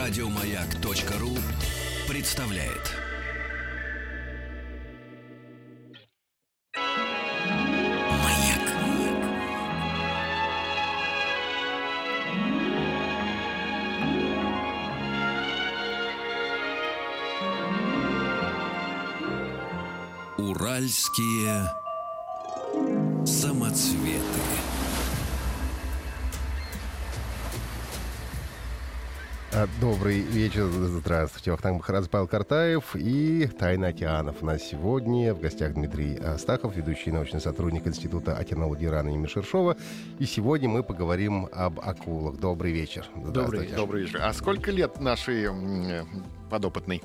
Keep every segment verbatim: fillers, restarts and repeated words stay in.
Радиомаяк.ру представляет. Маяк. Уральские самоцветы. Добрый вечер, здравствуйте. Вахтанг Махарадзе, Павел Картаев и «Тайна океанов». У нас сегодня в гостях Дмитрий Астахов, ведущий научный сотрудник Института океанологии РАН имени Шершова. И сегодня мы поговорим об акулах. Добрый вечер. Добрый, добрый вечер. А сколько лет нашей м, подопытной?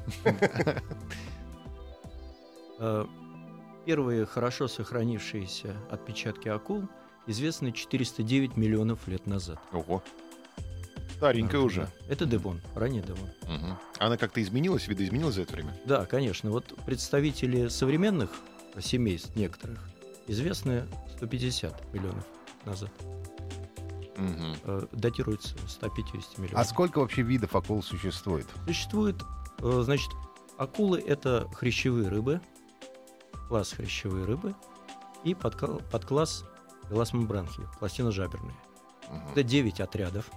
Первые хорошо сохранившиеся отпечатки акул известны четыреста девять миллионов лет назад. Ого. Старенькая Да, уже. да. Это Девон, ранний Девон. Угу. Она как-то изменилась, видоизменилась за это время? Да, конечно. Вот представители современных семейств некоторых известны сто пятьдесят миллионов назад. Угу. Э, Датируется сто пятьдесят миллионов. А сколько вообще видов акул существует? Существует, э, значит, акулы — это хрящевые рыбы, класс хрящевые рыбы и подка- подкласс эласмобранхии, пластиножаберные. Угу. Это девять отрядов,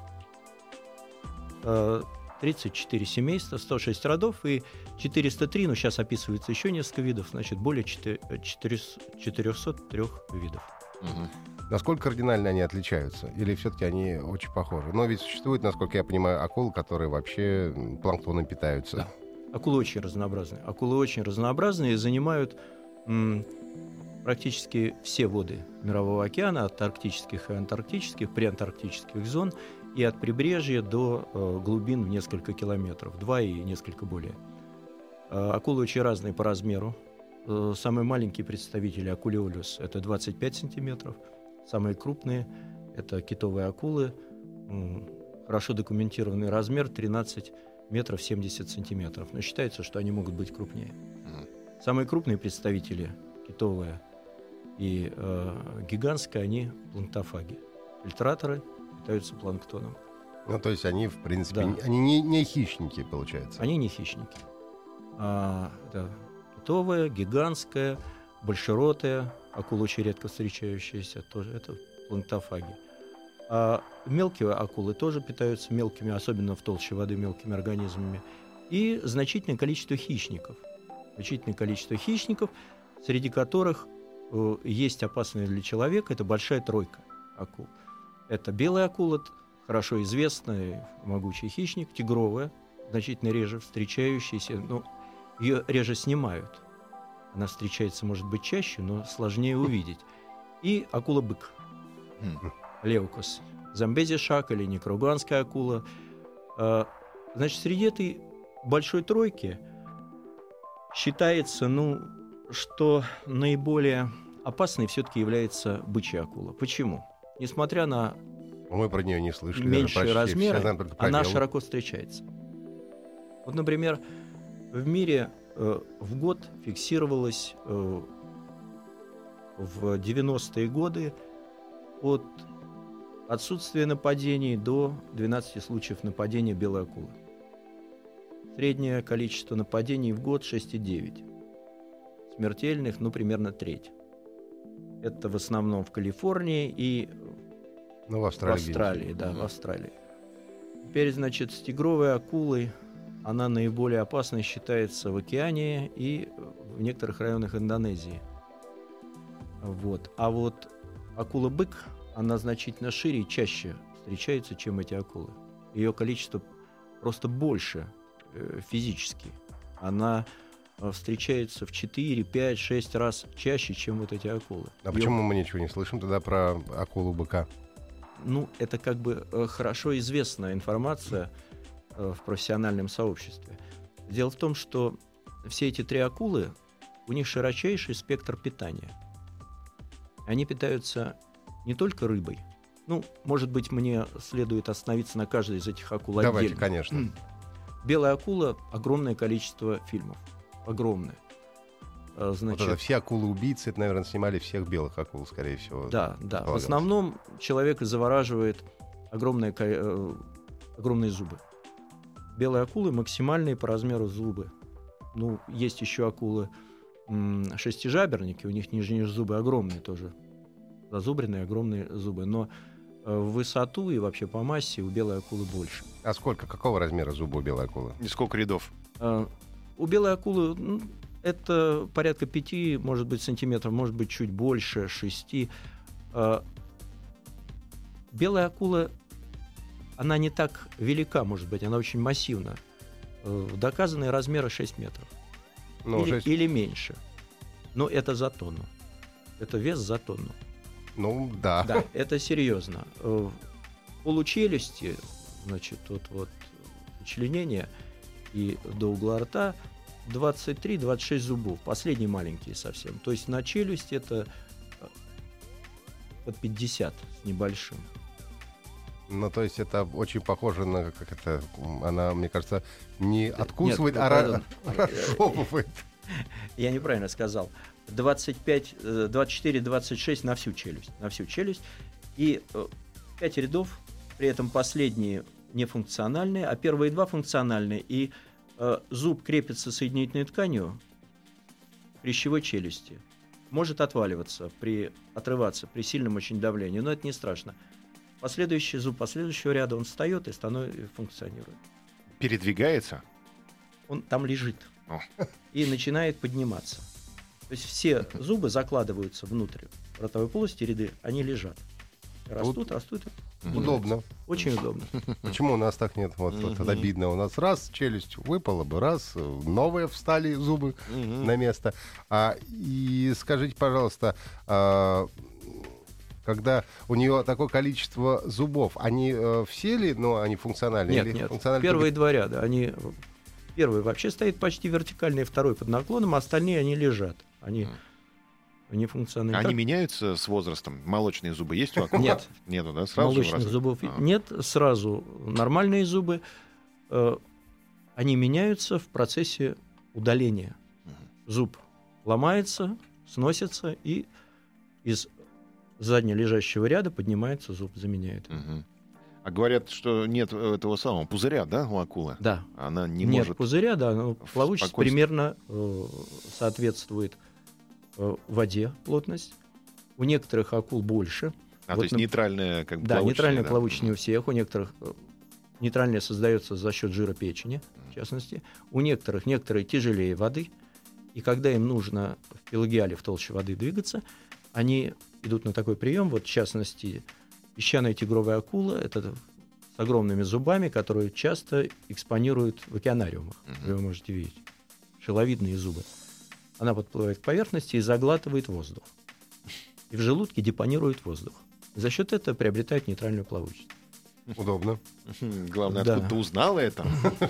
э, тридцать четыре семейства, сто шесть родов и четыреста три, но сейчас описывается еще несколько видов, значит, более четыреста три видов. Угу. Насколько кардинально они отличаются? Или все-таки они очень похожи? Но ведь существует, насколько я понимаю, акулы, которые вообще планктоном питаются. Да. Акулы очень разнообразные. Акулы очень разнообразные и занимают м, практически все воды Мирового океана, от арктических и антарктических, приантарктических зон, и от прибрежья до э, глубин в несколько километров, два и несколько более. Э, акулы очень разные по размеру. Э, самые маленькие представители акулеолюс — это двадцать пять сантиметров. Самые крупные — это китовые акулы. М, хорошо документированный размер — тринадцать метров семьдесят сантиметров. Но считается, что они могут быть крупнее. Угу. Самые крупные представители, китовые и э, гигантские, они планктофаги. Фильтраторы, питаются планктоном. Ну, то есть они, в принципе, Да. не- они не, не хищники, получается. Они не хищники. А, это китовая, гигантская, большеротая, акула очень редко встречающаяся, тоже это планктофаги. А мелкие акулы тоже питаются мелкими, особенно в толще воды, мелкими организмами. И значительное количество хищников. Значительное количество хищников, среди которых э, есть опасные для человека, это большая тройка акул. Это белая акула, хорошо известный могучий хищник, тигровая, значительно реже встречающаяся, но ее реже снимают. Она встречается, может быть, чаще, но сложнее увидеть. И акула-бык, Угу. леукос, замбези-шак или никарагуанская акула. А, Значит, среди этой большой тройки считается, ну, что наиболее опасной все-таки является бычья акула. Почему? Несмотря на Мы про нее не слышали. даже меньшие почти. размеры, Все знаем только про она белую. широко встречается. Вот, например, в мире э, в год фиксировалось э, в девяностые годы от отсутствия нападений до двенадцати случаев нападения белой акулы. Среднее количество нападений в год шесть и девять. Смертельных, ну, примерно треть. Это в основном в Калифорнии и Ну, в в Австралии. Австралии, да, Мгм. в Австралии. Теперь, значит, с тигровой акулой она наиболее опасной считается в океане и в некоторых районах Индонезии. Вот. А вот акула-бык, она значительно шире и чаще встречается, чем эти акулы. Ее количество просто больше э, физически. Она э, встречается в четыре, пять, шесть раз чаще, чем вот эти акулы. А Её- почему мы ничего не слышим тогда про акулу-быка? Ну, это как бы э, хорошо известная информация э, в профессиональном сообществе. Дело в том, что все эти три акулы, у них широчайший спектр питания. Они питаются не только рыбой. Ну, может быть, мне следует остановиться на каждой из этих акул Давайте, отдельно. конечно. Белая акула — огромное количество фильмов. Огромное. Э, Значит, Вот это все акулы-убийцы, это, наверное, снимали всех белых акул, скорее всего. Да, да. В полагалось. основном человека завораживает огромное, ко- э, огромные зубы. белой акулы максимальные по размеру зубы. Ну, есть еще акулы м, шестижаберники, у них нижние зубы огромные тоже, зазубренные огромные зубы, но э, в высоту и вообще по массе у белой акулы больше. А сколько, какого размера зуба у белой акулы? И сколько рядов? Э, у белой акулы ну, это порядка пяти, может быть, сантиметров, может быть, чуть больше, шести. Э, белая акула, она не так велика, может быть, она очень массивна. Э, доказанные размеры шесть метров. Ну, или, шесть... или меньше. Но это за тонну. Это вес за тонну. Ну, да. Да, это серьезно. В получелюсти, значит, вот, вот членение и до угла рта двадцать три - двадцать шесть зубов. Последние маленькие совсем. То есть на челюсть это под пятьдесят с небольшим. Ну, то есть это очень похоже на, как это, она, мне кажется, не откусывает, Нет, а пардон. ра- расшёпывает. Я неправильно сказал. двадцать пять, двадцать четыре - двадцать шесть на всю челюсть. На всю челюсть. И пять рядов, при этом последние нефункциональные, а первые два функциональные. И э, зуб крепится соединительной тканью хрящевой челюсти. Может отваливаться, при, отрываться при сильном очень давлении, но это не страшно. Последующий зуб последующего ряда, он встает и становится, функционирует. Передвигается? Он там лежит О. и начинает подниматься. То есть все зубы закладываются внутрь ротовой полости, ряды, они лежат. Растут, растут. Удобно. Очень удобно. Почему у нас так нет? Вот, вот это обидно. У нас раз челюсть выпала бы, раз новые встали зубы на место. А, и скажите, пожалуйста, а, когда у нее такое количество зубов, они э, все ли, ну, они функциональные? Нет, или нет. функциональные Первые только... два ряда, они... Первый вообще стоит почти вертикально, и второй под наклоном, а остальные, они лежат. Они, они функциональны. Они Так, меняются с возрастом? Молочные зубы есть у акул? Нет. Нету, да? Сразу молочных раз- зубов А. нет, сразу нормальные зубы. э, они меняются в процессе удаления. Зуб ломается, сносится, и из заднележащего ряда поднимается зуб, заменяет. Мгм. А говорят, что нет этого самого пузыря, да, у акулы? Да. Она не Нет может... пузыря, да, но плавучесть спокойствии. примерно э, соответствует э, воде плотность. У некоторых акул больше. А, вот то есть на- нейтральная как бы Да, плавучая, нейтральная да? плавучесть не у всех. У некоторых э, нейтральная создается за счет жира печени, в частности. У некоторых некоторые тяжелее воды. И когда им нужно в пелагиале, в толще воды двигаться, они идут на такой прием. Вот, в частности, песчаная тигровая акула — это с огромными зубами, которые часто экспонируют в океанариумах. Мгм. Вы можете видеть. Шеловидные зубы. Она подплывает к поверхности и заглатывает воздух. И в желудке депонирует воздух. За счет этого приобретает нейтральную плавучесть. Удобно. Мгм. Главное, Да. откуда ты узнала это?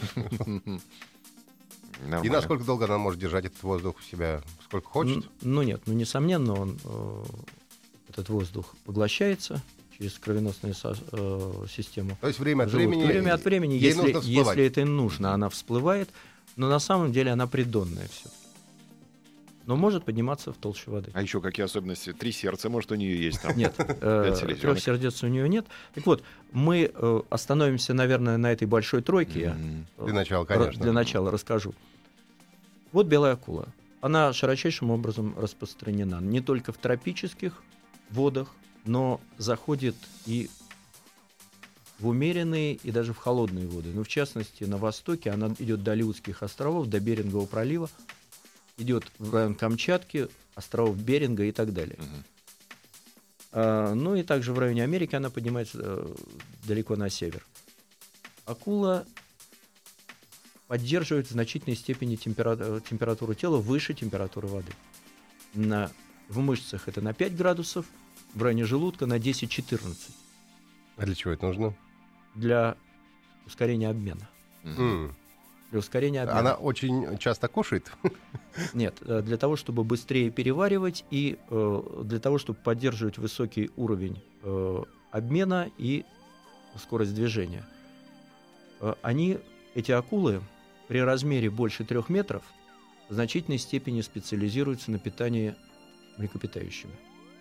И Нормально. насколько долго она может держать этот воздух у себя? Сколько хочет? Н- Ну нет, ну несомненно, он, э, этот воздух поглощается через кровеносную со- э, систему. То есть время от желудка. времени... Время от времени, ей если, нужно всплывать. если это нужно, она всплывает, но на самом деле она придонная все. Но может подниматься в толщу воды. А еще какие особенности? Три сердца, может, у нее есть там? Нет, Пять селезенок. трех сердец у нее нет. Так вот, мы э, остановимся, наверное, на этой большой тройке. Я, Мгм. э, Для начала, ра- конечно. Для начала расскажу. Вот белая акула. Она широчайшим образом распространена не только в тропических водах, но заходит и в умеренные, и даже в холодные воды. Ну, в частности, на востоке она идет до Алиутских островов, до Берингового пролива, идет в район Камчатки, островов Беринга и так далее. Мгм. А, ну и также в районе Америки она поднимается э, далеко на север. Акула поддерживает в значительной степени темпера- температуру тела выше температуры воды. На, в мышцах это на пять градусов, в районе желудка на десять-четырнадцать А для чего это нужно? для ускорения обмена. Мгм. М. Для ускорения обмена. Она очень часто кушает? Нет, э, для того, чтобы быстрее переваривать и э, для того, чтобы поддерживать высокий уровень э, обмена и скорость движения. Э, они, эти акулы, при размере больше трех метров в значительной степени специализируются на питании млекопитающими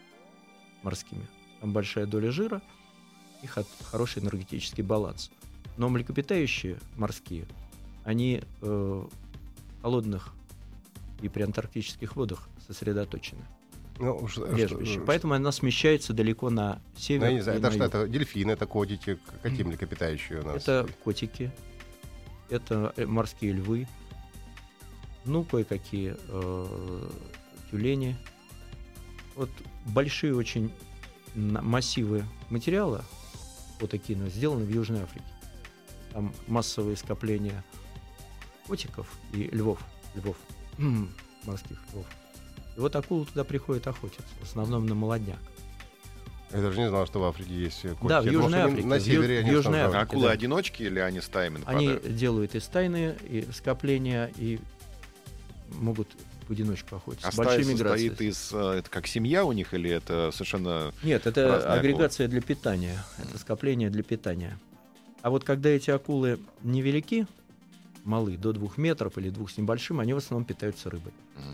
морскими. Там большая доля жира и хо- хороший энергетический баланс. Но млекопитающие морские, они э, в холодных и приантарктических водах сосредоточены. Ну, ш- Лежбище. ш- Поэтому она смещается далеко на ну, север. я не знаю, и это на что, юг. это дельфины, это котики, к- какие млекопитающие у нас? Это котики, это э, морские львы, ну, кое-какие э, тюлени. Вот большие очень на- массивы материала, вот такие, ну, сделаны в Южной Африке. Там массовые скопления котиков и львов, львов, морских львов. И вот акулы туда приходят охотиться, в основном на молодняк. Я даже не знал, что в Африке есть котики. Да, в Я думал, Южной что они Африке. На В севере Ю- они в Южной основаны. А Африке. акулы да. одиночки или они стаями Они нападают? делают и стайные, и скопления, и могут в одиночку охотиться. А с стая большими состоит миграциями. из... э, Это как семья у них или это совершенно... Нет, это разные агрегация для питания. Это скопление для питания. А вот когда эти акулы невелики, малы, до двух метров или двух с небольшим, они в основном питаются рыбой. Мгм.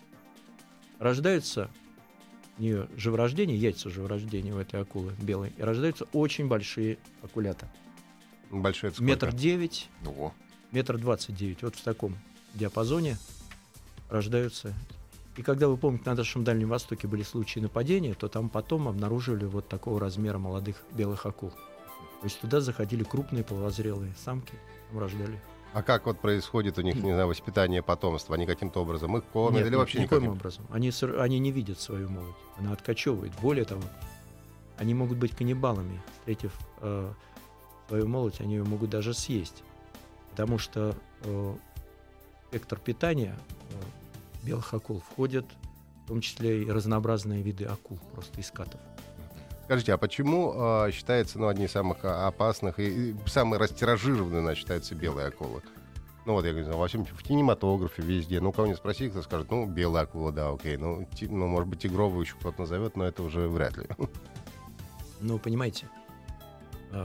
Рождаются, у нее живорождение, яйца живорождения у этой акулы белой, и рождаются очень большие акулята. Большие это сколько? Метр девять, Ого. метр двадцать девять. Вот в таком диапазоне рождаются. И когда, вы помните, на нашем Дальнем Востоке были случаи нападения, то там потом обнаружили вот такого размера молодых белых акул. То есть туда заходили крупные половозрелые самки, там рождали. А как вот происходит у них, не знаю, воспитание потомства? Они каким-то образом их кормят Нет, или нет, вообще никоим никаким? образом. Они, сыр- они не видят свою молоть. Она откачевывает. Более того, они могут быть каннибалами. Встретив э, свою молоть, они ее могут даже съесть. Потому что э, спектр питания э, белых акул входят в том числе и разнообразные виды акул, просто из скатов. Скажите, а почему э, считается, ну, одни из самых а, опасных и, и самые растиражированные, значит, считаются белые акулы? Ну, вот я говорю, во всем, в кинематографе, везде. Ну, у кого-нибудь спроси, кто скажет, ну, белая акула, да, окей. Ну, ти- ну, может быть, тигровую еще кто-то назовет, но это уже вряд ли. Ну, понимаете, э,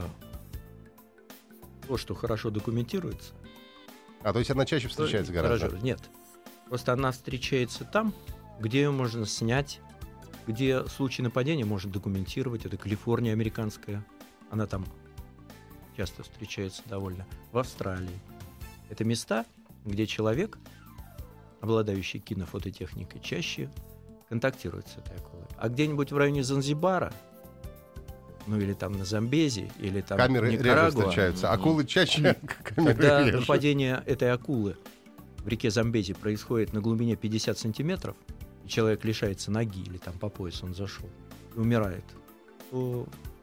то, что хорошо документируется, А, то есть она чаще встречается гораздо? Тиражирует. Нет. Просто она встречается там, где ее можно снять, где случай нападения можно документировать. Это Калифорния американская. Она там часто встречается довольно. В Австралии. Это места, где человек, обладающий кинофототехникой, чаще контактирует с этой акулой. А где-нибудь в районе Занзибара, ну или там на Замбези, или там Камеры в реже Никарагуа, встречаются. Акулы чаще, камеры когда реже. нападение этой акулы в реке Замбези происходит на глубине пятьдесят сантиметров, и человек лишается ноги, или там по пояс он зашел, и умирает, то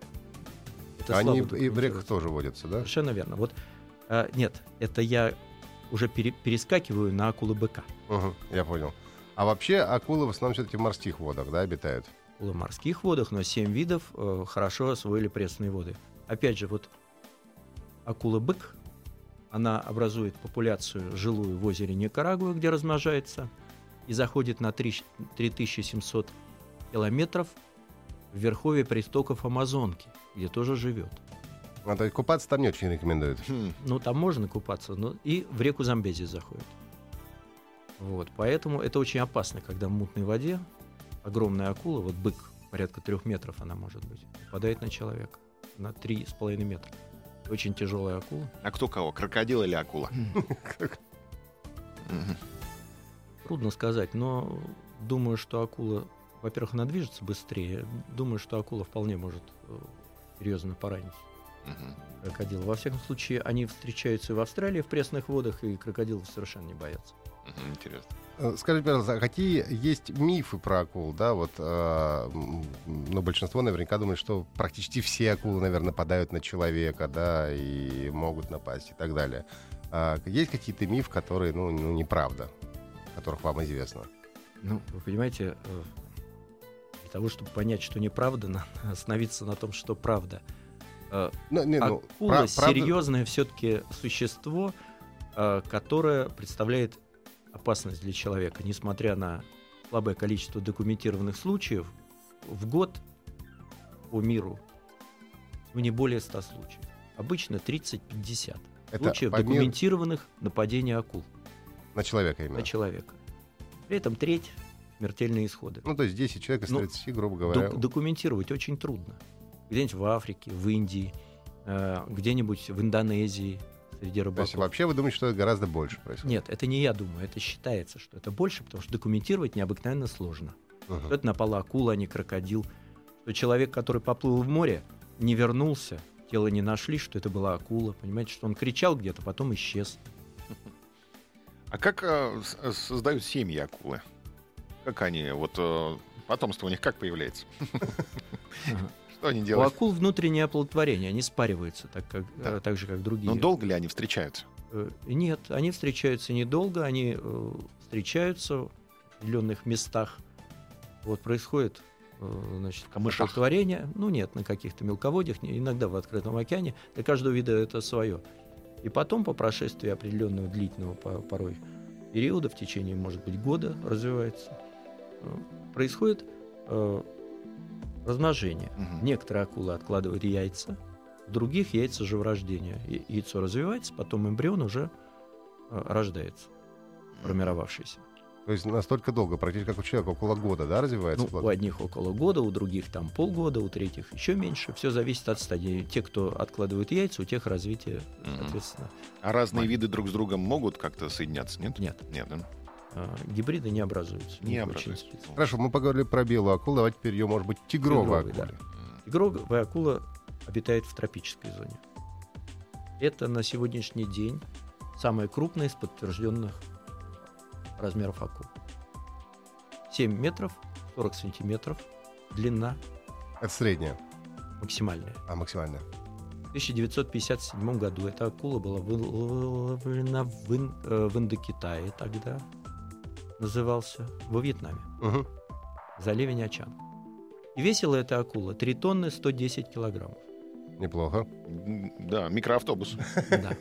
это Они слабо и в реках документируется. тоже водятся, да? Совершенно верно. Вот, а, нет, это я уже пере- перескакиваю на акулы-быка. Угу, я понял. А вообще акулы в основном все-таки в морских водах, да, обитают? Акулы в морских водах, но семь видов э, хорошо освоили пресные воды. Опять же, вот акула-бык, она образует популяцию жилую в озере Никарагуа, где размножается, и заходит на три тысячи семьсот километров в верховье притоков Амазонки, где тоже живет. А, то есть купаться там не очень рекомендуют. Хм. Ну, там можно купаться, но и в реку Замбези заходит. Вот, поэтому это очень опасно, когда в мутной воде огромная акула, вот бык, порядка трех метров она может быть, попадает на человека на три с половиной метра. Очень тяжелая акула. А кто кого? Крокодил или акула? Мгм. Трудно сказать, но думаю, что акула, во-первых, она движется быстрее. Думаю, что акула вполне может э, серьезно поранить Мгм. крокодила. Во всяком случае, они встречаются и в Австралии в пресных водах, и крокодилов совершенно не боятся. Мгм. Интересно. Э, Скажите, пожалуйста, а какие есть мифы про акул, да, вот, э, м, ну, большинство наверняка думает, что практически все акулы, наверное, нападают на человека, да, и могут напасть и так далее. А есть какие-то мифы, которые, ну, ну, неправда, которых вам известно? Ну, вы понимаете, э, для того, чтобы понять, что неправда, надо остановиться на том, что правда. Э, Ну, не, ну, Акула пра- правда- серьезное все-таки существо, э, которое представляет опасность для человека, несмотря на слабое количество документированных случаев. В год по миру ну, не более ста случаев. Обычно тридцать-пятьдесят Это случаев по миру- документированных нападений акул на человека именно. на человека. При этом треть смертельные исходы. Ну, то есть десять человек из Ну, тридцати, грубо говоря. Док- документировать очень трудно. Где-нибудь в Африке, в Индии э, где-нибудь в Индонезии среди То есть рыбаков. вообще вы думаете, что это гораздо больше происходит? Нет, это не я думаю, это считается, что это больше, потому что документировать необыкновенно сложно. Мгм. Что это напала акула, а не крокодил. Что человек, который поплыл в море, не вернулся, тело не нашли, что это была акула. Понимаете, что он кричал где-то, потом исчез. А как э, с- создают семьи акулы? Как они, вот э, потомство у них как появляется? Ага. Что они У делают? акул внутреннее оплодотворение, они спариваются, так, как, Да. э, так же, как другие. Но долго ли они встречаются? Э, Нет, они встречаются недолго, они э, встречаются в определенных местах. Вот происходит э, значит, камышах? оплодотворение. Ну нет, на каких-то мелководьях, не- иногда в открытом океане. Для каждого вида это свое. И потом, по прошествии определенного длительного по- порой периода, в течение, может быть, года развивается, э, происходит э, размножение. Мгм. Некоторые акулы откладывают яйца, в других яйца живорождения. И- Яйцо развивается, потом эмбрион уже э, рождается, формировавшийся. То есть настолько долго, практически как у человека, около года, да, развивается Ну, плод? у одних около года, у других там полгода, у третьих еще меньше. Все зависит от стадии. Те, кто откладывают яйца, у тех развитие, Мгм. соответственно. А разные Мать. виды друг с другом могут как-то соединяться, нет? Нет, Нет, да? э, гибриды не образуются. У Не них образуются. очень специфично. Хорошо, мы поговорили про белую акулу, давайте теперь ее, может быть, тигровая Тигровый, акула. М. Тигровая акула обитает в тропической зоне. Это на сегодняшний день самая крупная из подтвержденных размеров акул. семь метров, сорок сантиметров, длина Это средняя, максимальная. а максимальная. В тысяча девятьсот пятьдесят седьмом году эта акула была выловлена в, Ин- э, в Индокитае тогда, назывался, во Вьетнаме, Мгм. в заливе Нячан. И весила эта акула три тонны сто десять килограммов. Неплохо. М, Да, микроавтобус. Да.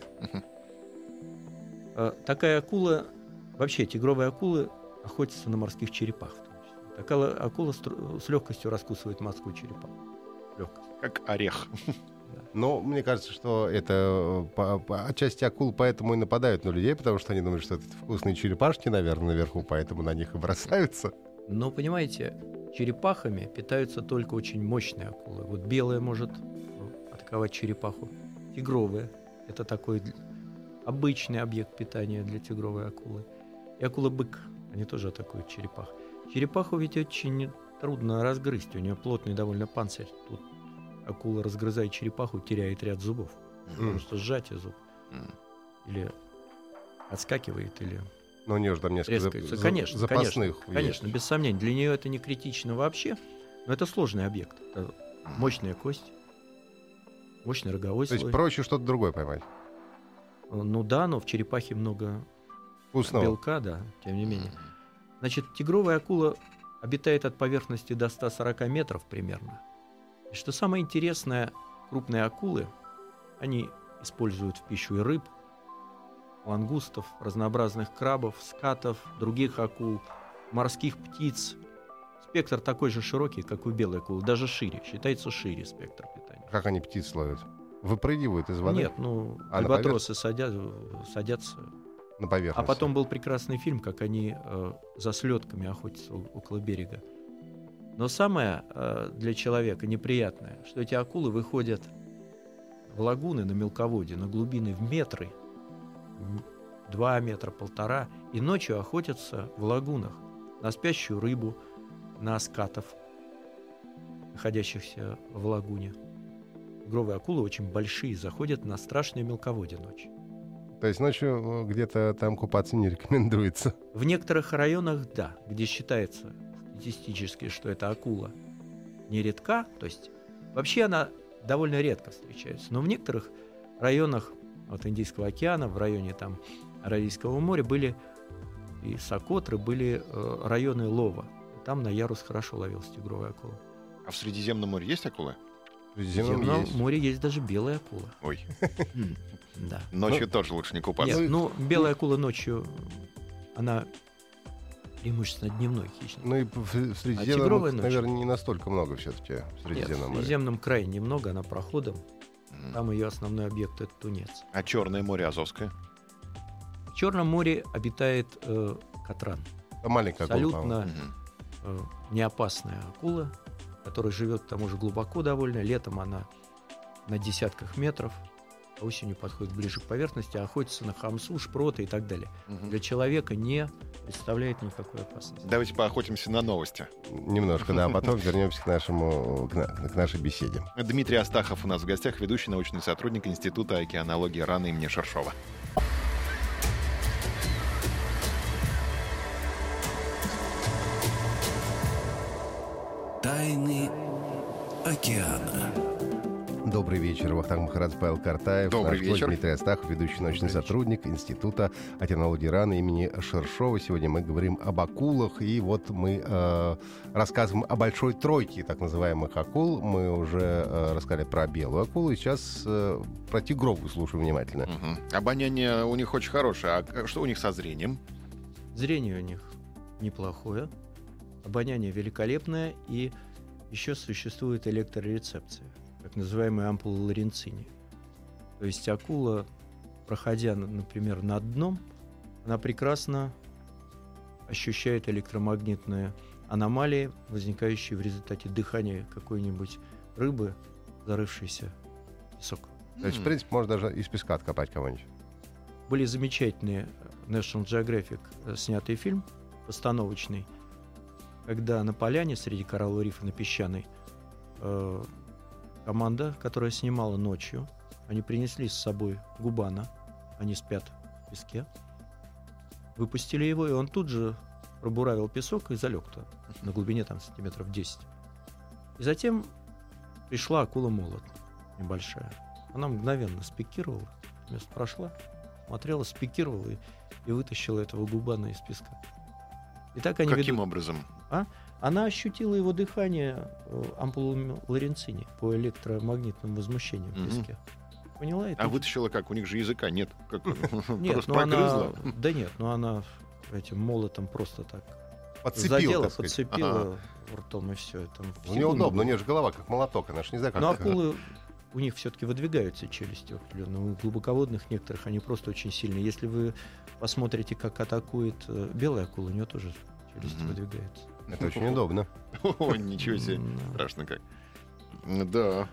Э, Такая акула, вообще тигровые акулы охотятся на морских черепах. В том числе. Такая акула с, тру- с легкостью раскусывает морскую черепаху. Легкость. Как орех. Но мне кажется, что это э, по- по- отчасти акул поэтому и нападают на людей, потому что они думают, что это вкусные черепашки, наверное, наверху, поэтому на них и бросаются. Но, понимаете, черепахами питаются только очень мощные акулы. Вот белая может ну, атаковать черепаху. Тигровая — это такой д- обычный объект питания для тигровой акулы. И акула-бык, они тоже атакуют черепах. Черепаху ведь очень трудно разгрызть, у нее плотный довольно панцирь. Тут акула разгрызает черепаху, теряет ряд зубов. Потому что сжатие зуб М. или отскакивает, или Но у нее же там несколько зап- резкаются. за- Конечно, запасных конечно, конечно, есть. без сомнений. Для нее это не критично вообще, но это сложный объект. Это мощная кость, мощный роговой То есть слой. проще что-то другое поймать. Ну да, но в черепахе много Вкусного. белка, да, тем не менее. Значит, тигровая акула обитает от поверхности до ста сорока метров примерно. И что самое интересное, крупные акулы, они используют в пищу и рыб, лангустов, разнообразных крабов, скатов, других акул, морских птиц. Спектр такой же широкий, как у белой акулы, даже шире, считается шире спектр питания. Как они птиц ловят? Выпрыгивают из воды Нет, ну, А на альбатросы садят, садятся. на А поверхность? потом был прекрасный фильм, как они э, за слетками охотятся у- около берега. Но самое э, для человека неприятное, что эти акулы выходят в лагуны на мелководье, на глубины в метры, м, два метра, полтора, и ночью охотятся в лагунах на спящую рыбу, на скатов, находящихся в лагуне. Тигровые акулы очень большие, заходят на страшное мелководье ночью. То есть ночью э, где-то там купаться не рекомендуется. В некоторых районах, да, где считается статистически, что эта акула нередка, то есть вообще она довольно редко встречается, но в некоторых районах от Индийского океана, в районе там Аравийского моря были и Сокотры, были э, районы лова. Там на ярус хорошо ловилась тигровая акула. А в Средиземном море есть акулы? В В Средиземном Средиземном есть. море есть даже белая акула. Ой, М, Да. ночью тоже лучше не купаться. Нет, ну белая акула ночью, она преимущественно дневной хищник. Ну и в в Средиземном, тигровая их, ночь? наверное, не настолько много все-таки в Нет, Средиземном в море. Средиземном крае немного, она проходом. М. Там ее основной объект — это тунец. А Черное море Азовское? В Черном море обитает э, катран. Там маленькая акула, по-моему. Абсолютно Мгм. э, неопасная акула, которая живет к тому же глубоко довольно. Летом она на десятках метров, а осенью подходит ближе к поверхности, охотится на хамсу, шпроты и так далее. Мгм. Для человека не представляет никакой опасности. Давайте поохотимся на новости. Немножко, да, а потом вернемся к, нашему, к, на- к нашей беседе. Дмитрий Астахов у нас в гостях, ведущий научный сотрудник Института океанологии РАН имени Шершова. Тайны океана. Добрый вечер. Вахтанг Махарадзе, Павел Картаев. Добрый Наш гость вечер. Дмитрий Астахов, ведущий научный сотрудник Института океанологии РАН имени Шершова. Сегодня мы говорим об акулах. И вот мы э, рассказываем о большой тройке так называемых акул. Мы уже э, рассказали про белую акулу. И сейчас э, про тигровую слушаем внимательно. Мгм. Обоняние у них очень хорошее. А к- что у них со зрением? Зрение у них неплохое, обоняние великолепное, и еще существует электрорецепция, так называемые ампулы Лоренцини. То есть акула, проходя, н- например, над дном, она прекрасно ощущает электромагнитные аномалии, возникающие в результате дыхания какой-нибудь рыбы, зарывшейся в песок. То есть, в М. принципе, можно даже из песка откопать кого-нибудь. Были замечательные National Geographic э, снятый фильм, постановочный, когда на поляне среди кораллового рифа на песчаной э, команда, которая снимала ночью, они принесли с собой губана, они спят в песке, выпустили его, и он тут же пробуравил песок и залег туда, на глубине там сантиметров десять. И затем пришла акула-молот небольшая. Она мгновенно спикировала, место прошла, смотрела, спикировала и, и вытащила этого губана из песка. И так они Каким ведут- образом? Она ощутила его дыхание э, ампулами Лоренцини по электромагнитным возмущениям в Мгм. песке. Поняла? И А тут же- вытащила как? У них же языка нет. Как? Нет, Просто ну она... прогрызла. Да нет, ну она этим молотом просто так Подцепил, задела, так сказать. подцепила ртом, и все. Там в Ну, неудобно, у нее же голова как молоток, она же не знает, как... Но акулы, у них все-таки выдвигаются челюсти определенно. У глубоководных некоторых они просто очень сильные. Если вы посмотрите, как атакует э, белая акула, у нее тоже челюсть Мгм. выдвигается. Это очень удобно. О, ничего себе. М, да. Страшно как. Да.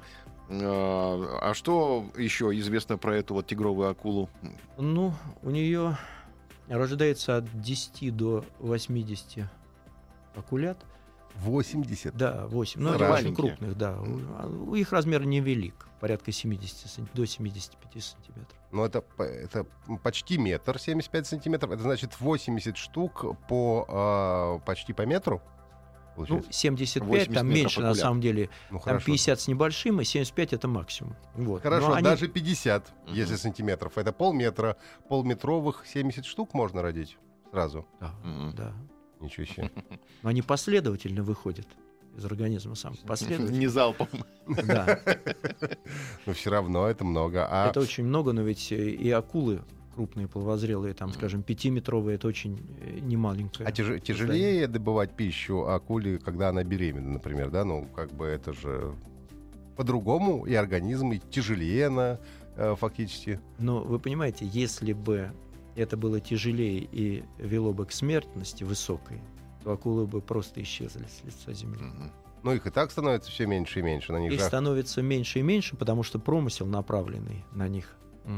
А а что еще известно про эту вот тигровую акулу? Ну, у нее рождается от десяти до восьмидесяти акулят. восемьдесят. Да, восемь. Ну, Ну, они очень маленькие. крупных, да. У, у их размер невелик, порядка семидесяти сан- до семидесяти пяти сантиметров. Ну, это, п- это почти метр, семьдесят пять сантиметров. Это значит восемьдесят штук по а, почти по метру, Ну, получается? семьдесят пять, восемьдесят там метров меньше, на акулят. самом деле. Ну, Там хорошо. пятьдесят с небольшим, и семьдесят пять это максимум. Вот. Хорошо, Но они- даже пятьдесят, Мгм. если сантиметров. Это полметра. Полметровых семьдесят штук можно родить сразу. Да, Мгм. да. Ничего себе. Но они последовательно выходят из организма сам. Последовательно. Не залпом. Да. Но все равно это много. А Это очень много, но ведь э, и акулы крупные, половозрелые, там, Мгм. скажем, пятиметровые, это очень э, немаленькое. А тяж- тяжелее добывать пищу акуле, когда она беременна, например, да? Ну, как бы это же по-другому, и организм, и тяжелее она э, фактически. Но вы понимаете, если бы это было тяжелее и вело бы к смертности высокой, то акулы бы просто исчезли с лица земли. Мгм. Ну, их и так становится все меньше и меньше. На них Их же... становится меньше и меньше, потому что промысел, направленный на них,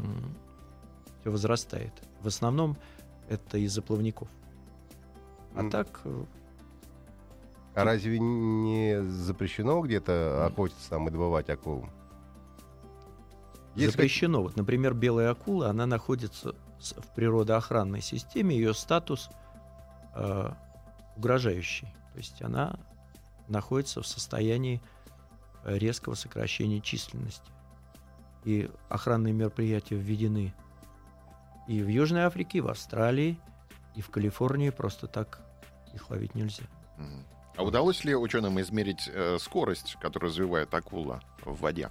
все возрастает. В основном это из-за плавников. А М. так, э, А разве не запрещено где-то М. охотиться там и добывать акул? Есть запрещено. Вот, например, белая акула, она находится с- в природоохранной системе, ее статус э, угрожающий. То есть она находится в состоянии э, резкого сокращения численности. И охранные мероприятия введены и в Южной Африке, и в Австралии, и в Калифорнии. Просто так их ловить нельзя. Мгм. А удалось ли ученым измерить э, скорость, которую развивает акула в воде?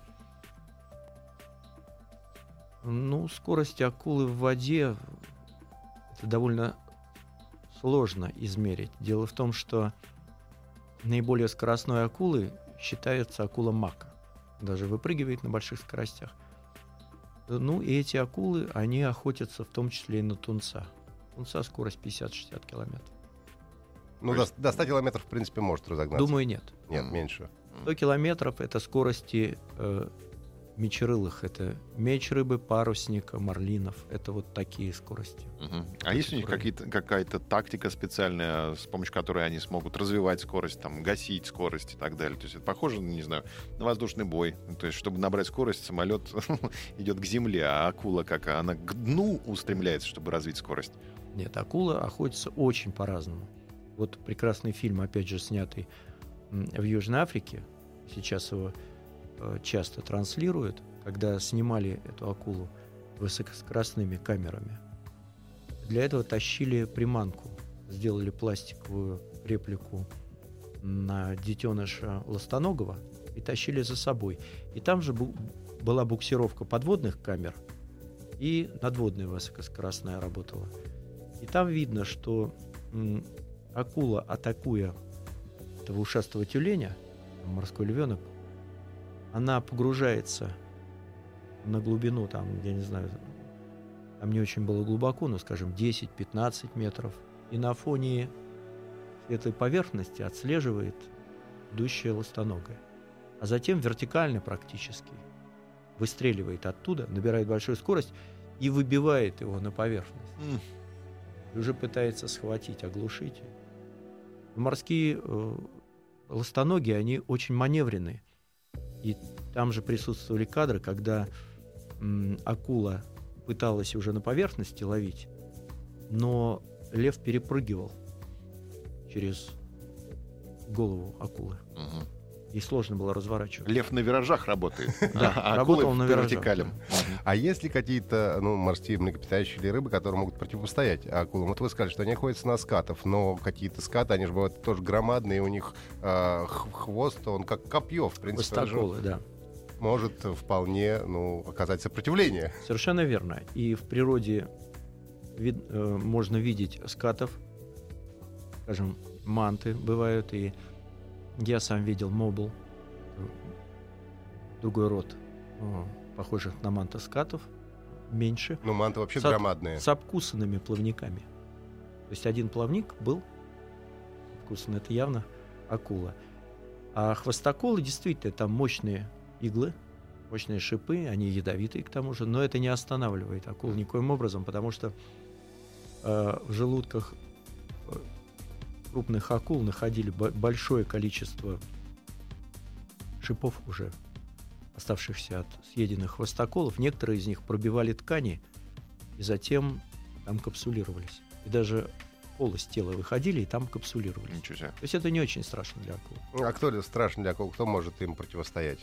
Ну, скорость акулы в воде это довольно сложно измерить. Дело в том, что наиболее скоростной акулой считается акула мака. Даже выпрыгивает на больших скоростях. Ну, и эти акулы, они охотятся в том числе и на тунца. Тунца скорость пятьдесят-шестьдесят километров. Ну, То до, есть- до ста километров, в принципе, может разогнаться. Думаю, нет. Нет, Мгм. меньше. сто километров — это скорости э, мечерылых — это меч рыбы, парусника, марлинов. Это вот такие скорости. Угу. А есть у них какие-то, какая-то тактика специальная, с помощью которой они смогут развивать скорость, там, гасить скорость и так далее? То есть это похоже, не знаю, на воздушный бой. То есть чтобы набрать скорость, самолет идет к земле, а акула как? Она к дну устремляется, чтобы развить скорость? Нет, акула охотится очень по-разному. Вот прекрасный фильм, опять же, снятый в Южной Африке. Сейчас его часто транслируют, когда снимали эту акулу высокоскоростными камерами. Для этого тащили приманку, сделали пластиковую реплику на детеныша ластоногого и тащили за собой. И там же бу- была буксировка подводных камер, и надводная высокоскоростная работала. И там видно, что м, акула, атакуя этого ушастого тюленя, морской львенок, она погружается на глубину, там, я не знаю, там не очень было глубоко, но, скажем, десять-пятнадцать метров, и на фоне этой поверхности отслеживает идущая ластоногая. А затем вертикально практически выстреливает оттуда, набирает большую скорость и выбивает его на поверхность. Mm. И уже пытается схватить, оглушить. Морские э, ластоногие, они очень маневренные. И там же присутствовали кадры, когда м, акула пыталась уже на поверхности ловить, но лев перепрыгивал через голову акулы. Угу. И сложно было разворачивать. Лев на виражах работает. Да, а работал на виражах. вертикалям. А есть ли какие-то, ну, морские млекопитающие или рыбы, которые могут противостоять акулам? Вот вы сказали, что они охотятся на скатов, но какие-то скаты, они же бывают тоже громадные, у них э, хвост, он как копье, в принципе. Хвостоколы, да. Может вполне, ну, оказать сопротивление. Совершенно верно. И в природе вид, э, можно видеть скатов, скажем, манты бывают, и я сам видел мобл, другой род о, похожих на манта скатов, меньше. Ну, манты вообще с, громадные. С обкусанными плавниками. То есть один плавник был обкусан, это явно акула. А хвостоколы действительно там мощные иглы, мощные шипы, они ядовитые к тому же, но это не останавливает акул никоим образом, потому что э, в желудках крупных акул находили большое количество шипов уже, оставшихся от съеденных хвостоколов. Некоторые из них пробивали ткани и затем там капсулировались. И даже полость тела выходили и там капсулировались. Ничего себе. То есть это не очень страшно для акул. А кто страшно для акул? Кто может им противостоять?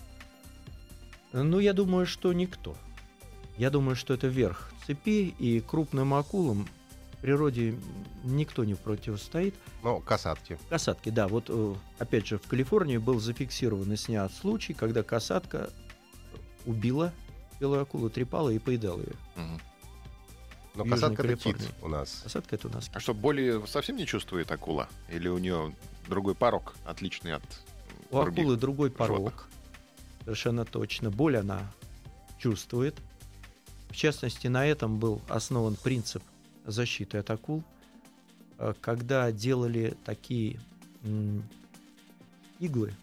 Ну, я думаю, что никто. Я думаю, что это верх цепи, и крупным акулам в природе никто не противостоит. Ну, касатки. Касатки, да. Вот, опять же, в Калифорнии был зафиксирован и снят случай, когда касатка убила белую акулу, трепала и поедала ее. Угу. Но касатка — это кит у нас. Касатка — это у нас кит. А что, боли совсем не чувствует акула? Или у нее другой порог, отличный от У других акулы другой порог. животных? Совершенно точно. Боль она чувствует. В частности, на этом был основан принцип защиты от акул. Когда делали такие м, иглы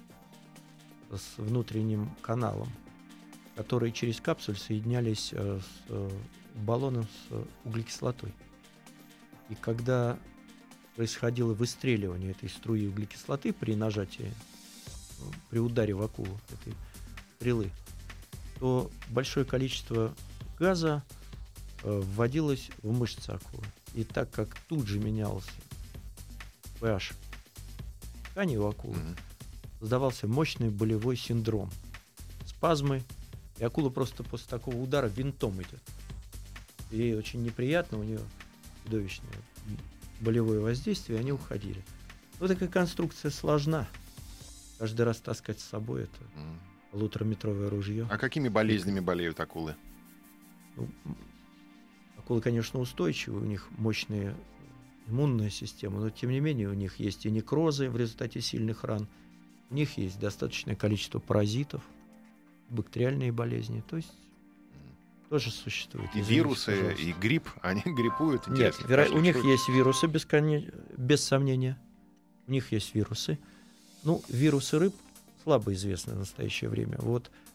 с внутренним каналом, которые через капсуль соединялись э, с э, баллоном с углекислотой. И когда происходило выстреливание этой струи углекислоты при нажатии, при ударе в акулу этой стрелы, то большое количество газа э, вводилось в мышцы акулы. И так как тут же менялся pH ткани у акулы, mm-hmm. создавался мощный болевой синдром, спазмы, и акула просто после такого удара винтом идет. Ей очень неприятно, у нее чудовищное болевое воздействие, и они уходили. Вот такая конструкция сложна. Каждый раз таскать с собой это mm. полутораметровое ружье. А какими болезнями болеют акулы? Ну, акулы, конечно, устойчивы, у них мощная иммунная система, но тем не менее у них есть и некрозы в результате сильных ран, у них есть достаточное количество паразитов, бактериальные болезни, то есть тоже существует. И Извините, вирусы, пожалуйста. И грипп, они гриппуют? Нет, вера... у них есть вирусы, без, кон... без сомнения. У них есть вирусы. Ну, вирусы рыб слабо известны в настоящее время. Вот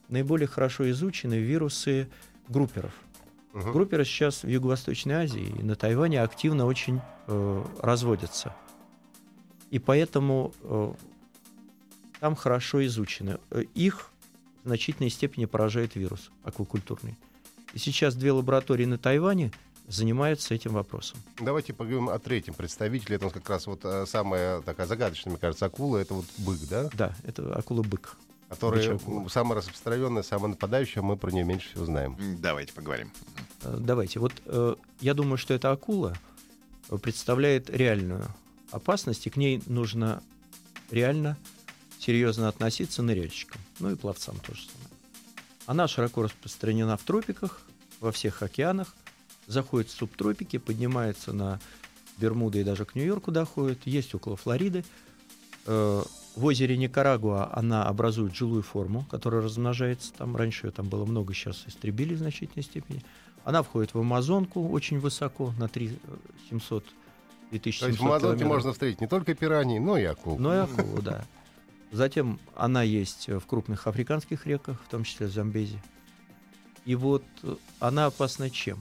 наиболее хорошо изучены вирусы групперов. Мгм. Групперы сейчас в Юго-Восточной Азии и на Тайване активно очень э, разводятся. И поэтому э, там хорошо изучены. Э, Их в значительной степени поражает вирус аквакультурный. И сейчас две лаборатории на Тайване занимаются этим вопросом. Давайте поговорим о третьем представителе. Это у нас как раз вот э, самая такая загадочная, мне кажется, акула. Это вот бык, да? Да, это акула-бык. Которая Бычья акула. м, самая распространенная, самая нападающая. Мы про нее меньше всего знаем. М, Давайте поговорим. Э, Давайте. Вот э, я думаю, что эта акула э, представляет реальную опасность, и к ней нужно реально серьезно относиться ныряльщикам, ну и пловцам тоже самое. Она широко распространена в тропиках, во всех океанах, заходит в субтропики, поднимается на Бермуды и даже к Нью-Йорку доходит, есть около Флориды. Э, В озере Никарагуа она образует жилую форму, которая размножается там. Раньше ее там было много, сейчас истребили в значительной степени. Она входит в Амазонку очень высоко, на три тысячи семьсот три тысячи То есть в семьсот Амазонке километров. можно встретить не только пираньи, но и акул. Ну и акулу, да. Затем она есть в крупных африканских реках, в том числе в Замбези. И вот э, она опасна чем?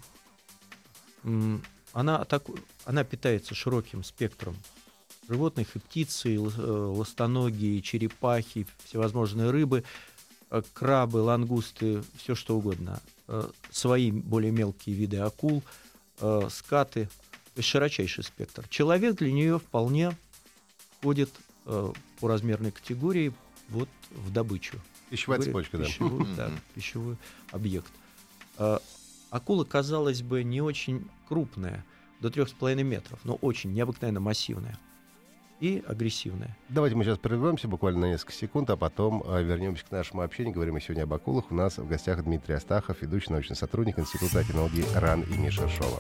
М, Она, атаку- она питается широким спектром животных, и птицы, и лос- э, ластоногие, и черепахи, всевозможные рыбы, э, крабы, лангусты, все что угодно. Э, Свои более мелкие виды акул, э, скаты. То есть широчайший спектр. Человек для нее вполне входит э, по размерной категории вот в добычу. Пищевая Категория цепочка, да. пищевой, да, Мгм. пищевой объект. А, акула, казалось бы, не очень крупная, до трех с половиной метров, но очень необыкновенно массивная и агрессивная. Давайте мы сейчас прервемся буквально на несколько секунд, а потом э, вернемся к нашему общению. Говорим мы сегодня об акулах. У нас в гостях Дмитрий Астахов, ведущий научный сотрудник Института океанологии РАН имени Шершова.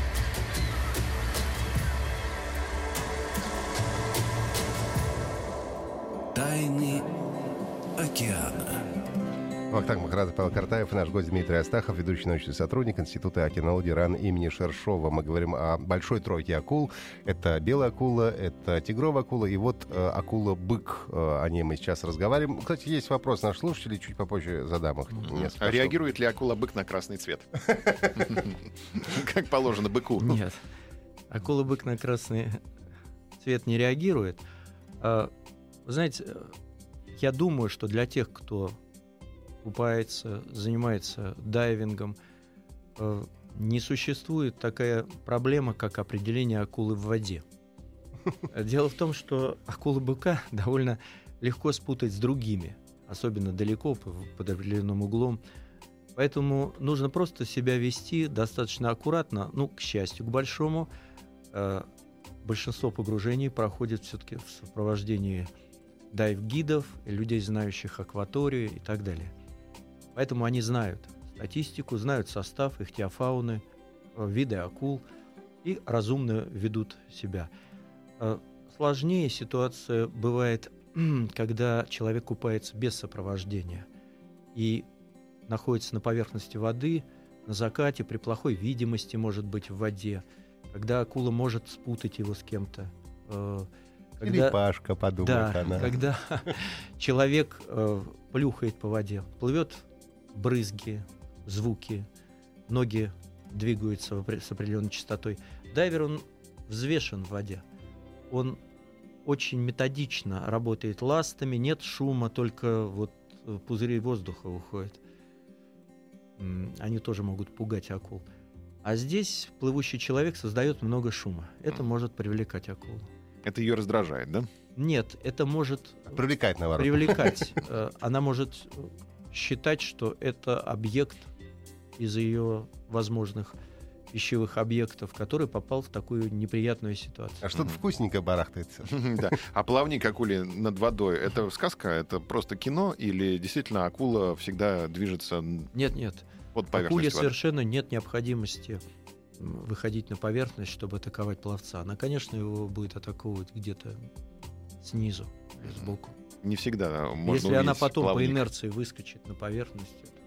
Тайны океана. Вахтанг Махарадзе, Павел Картаев и наш гость Дмитрий Астахов, ведущий научный сотрудник Института океанологии РАН имени Шершова. Мы говорим о большой тройке акул. Это белая акула, это тигровая акула и вот э, акула-бык. Э, о ней мы сейчас разговариваем. Кстати, есть вопрос наших слушателей, чуть попозже задам их. несколько А штук. реагирует ли акула-бык на красный цвет? Как положено быку. Нет, акула-бык на красный цвет не реагирует. А, Вы знаете, э, я думаю, что для тех, кто купается, занимается дайвингом, э, не существует такая проблема, как определение акулы в воде. Дело в том, что акулы-быка довольно легко спутать с другими, особенно далеко, п- под определенным углом. Поэтому нужно просто себя вести достаточно аккуратно. Ну, к счастью, к большому, э, большинство погружений проходит все-таки в сопровождении дайв-гидов, людей, знающих акваторию и так далее. Поэтому они знают статистику, знают состав, ихтиофауны, э, виды акул и разумно ведут себя. Э, Сложнее ситуация бывает, когда человек купается без сопровождения и находится на поверхности воды, на закате, при плохой видимости, может быть, в воде, когда акула может спутать его с кем-то. э, Или когда- Пашка, подумает да, она. когда человек э, плюхает по воде, плывет брызги, звуки, ноги двигаются в опре- с определенной частотой. Дайвер, он взвешен в воде. Он очень методично работает ластами, нет шума, только вот э, пузыри воздуха выходят. М, Они тоже могут пугать акул. А здесь плывущий человек создает много шума. Это Мгм. может привлекать акулу. Это ее раздражает, да? Нет, это может Привлекает, наоборот. привлекать. Э, Она может считать, что это объект из ее возможных пищевых объектов, который попал в такую неприятную ситуацию. А что-то вкусненькое барахтается. Да. А плавник акули над водой — это сказка, это просто кино, или действительно акула всегда движется Нет, нет. под Акуле поверхностью воды? совершенно нет необходимости м, выходить на поверхность, чтобы атаковать пловца. Она, конечно, его будет атаковывать где-то снизу, или сбоку. Не всегда можно Если она увидеть потом по плавник. инерции выскочит на поверхность.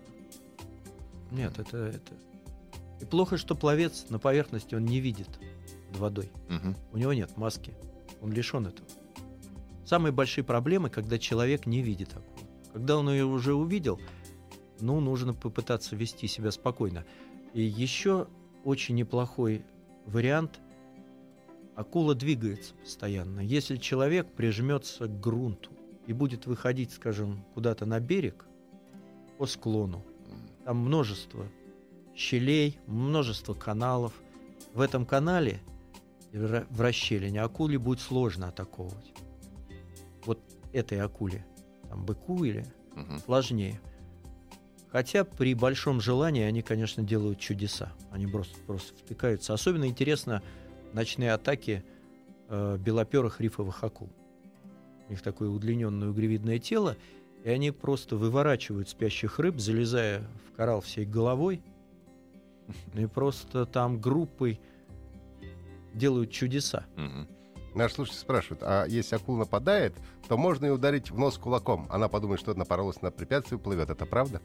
это- Нет, это, это... И плохо, что пловец на поверхности он не видит под водой. Мгм. У него нет маски. Он лишен этого. Самые большие проблемы, когда человек не видит акулу. Когда он ее уже увидел, ну, нужно попытаться вести себя спокойно. И еще очень неплохой вариант — акула двигается постоянно. Если человек прижмется к грунту и будет выходить, скажем, куда-то на берег по склону, там множество щелей, множество каналов. В этом канале, в расщелине, акуле будет сложно атаковывать. Вот этой акуле, там, быку или Мгм. сложнее. Хотя при большом желании они, конечно, делают чудеса. Они просто, просто втыкаются. Особенно интересно ночные атаки э, белоперых рифовых акул. У них такое удлиненное угревидное тело, и они просто выворачивают спящих рыб, залезая в коралл всей головой, и просто там группой делают чудеса. Мгм. Наш слушатель спрашивает, а если акула нападает, то можно ее ударить в нос кулаком. Она подумает, что напоролась на препятствие и плывет. Это правда?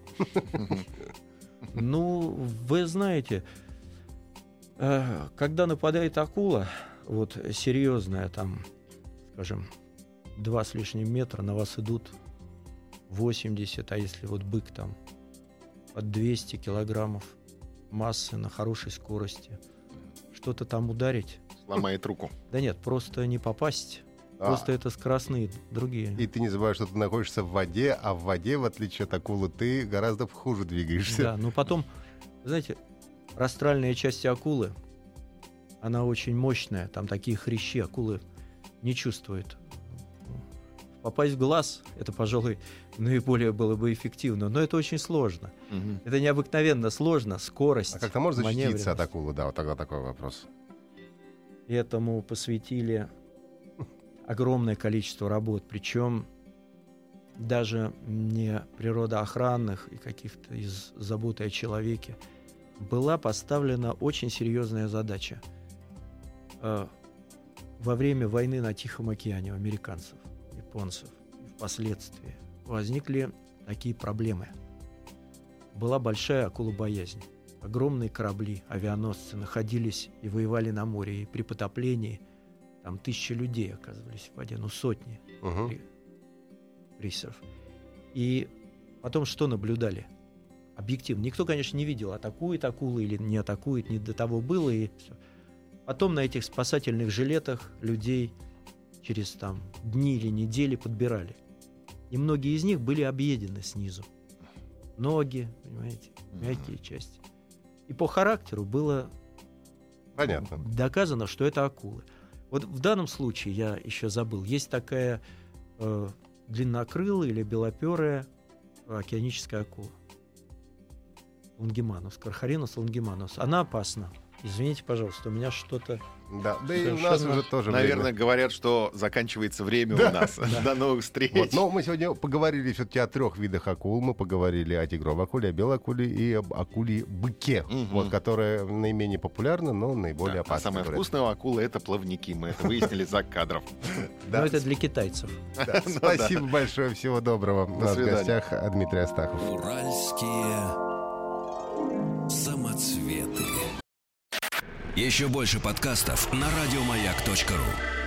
Ну, вы знаете, э, когда нападает акула, вот серьезная, там, скажем, два с лишним метра, на вас идут восемьдесят, а если вот бык там под двести килограммов массы на хорошей скорости, что-то там ударить, Сломает руку. да нет, просто не попасть. А, Просто это скоростные другие. И ты не забываешь, что ты находишься в воде, а в воде, в отличие от акулы, ты гораздо хуже двигаешься. Да, но потом, знаете, растральная часть акулы, она очень мощная, там такие хрящи акулы не чувствуют. Попасть в глаз, это, пожалуй, наиболее было бы эффективно, но это очень сложно. Мгм. Это необыкновенно сложно, скорость, А как-то можно защититься маневренность. от акулы? Да, вот тогда такой вопрос. Этому посвятили огромное количество работ, причем даже не природоохранных и каких-то из заботы о человеке. Была поставлена очень серьезная задача. Э, Во время войны на Тихом океане у американцев, японцев, и впоследствии возникли такие проблемы. Была большая акулобоязнь. Огромные корабли, авианосцы находились и воевали на море, и при потоплении там тысячи людей оказывались в воде, ну сотни Угу. кри- крейсеров. И потом что наблюдали? Объективно. Никто, конечно, не видел, атакует акула или не атакует, не до того было, и все. Потом на этих спасательных жилетах людей через там дни или недели подбирали. И многие из них были объедены снизу. Ноги, понимаете, мягкие части. И по характеру было Понятно. доказано, что это акулы. Вот в данном случае, я еще забыл, есть такая э, длиннокрылая или белоперая океаническая акула. Лонгиманус, Кархаринус лонгиманус. Она опасна. Извините, пожалуйста, у меня что-то... Да, да и у нас Совершенно- уже тоже Наверное, время. говорят, что заканчивается время Да. у нас. До новых встреч. Вот, но мы сегодня поговорили все-таки о трех видах акул. Мы поговорили о тигровой акуле, о белой акуле и об акуле-быке, Мгм. вот, которая наименее популярна, но наиболее Да, а опасна. самая говорят. вкусная у акулы — это плавники. Мы это выяснили за кадром. Да, Но это для китайцев. да, Ну спасибо большое, всего доброго. У нас в свидания. гостях Дмитрий Астахов. Уральские самоцветы. Еще больше подкастов на радиомаяк точка ру.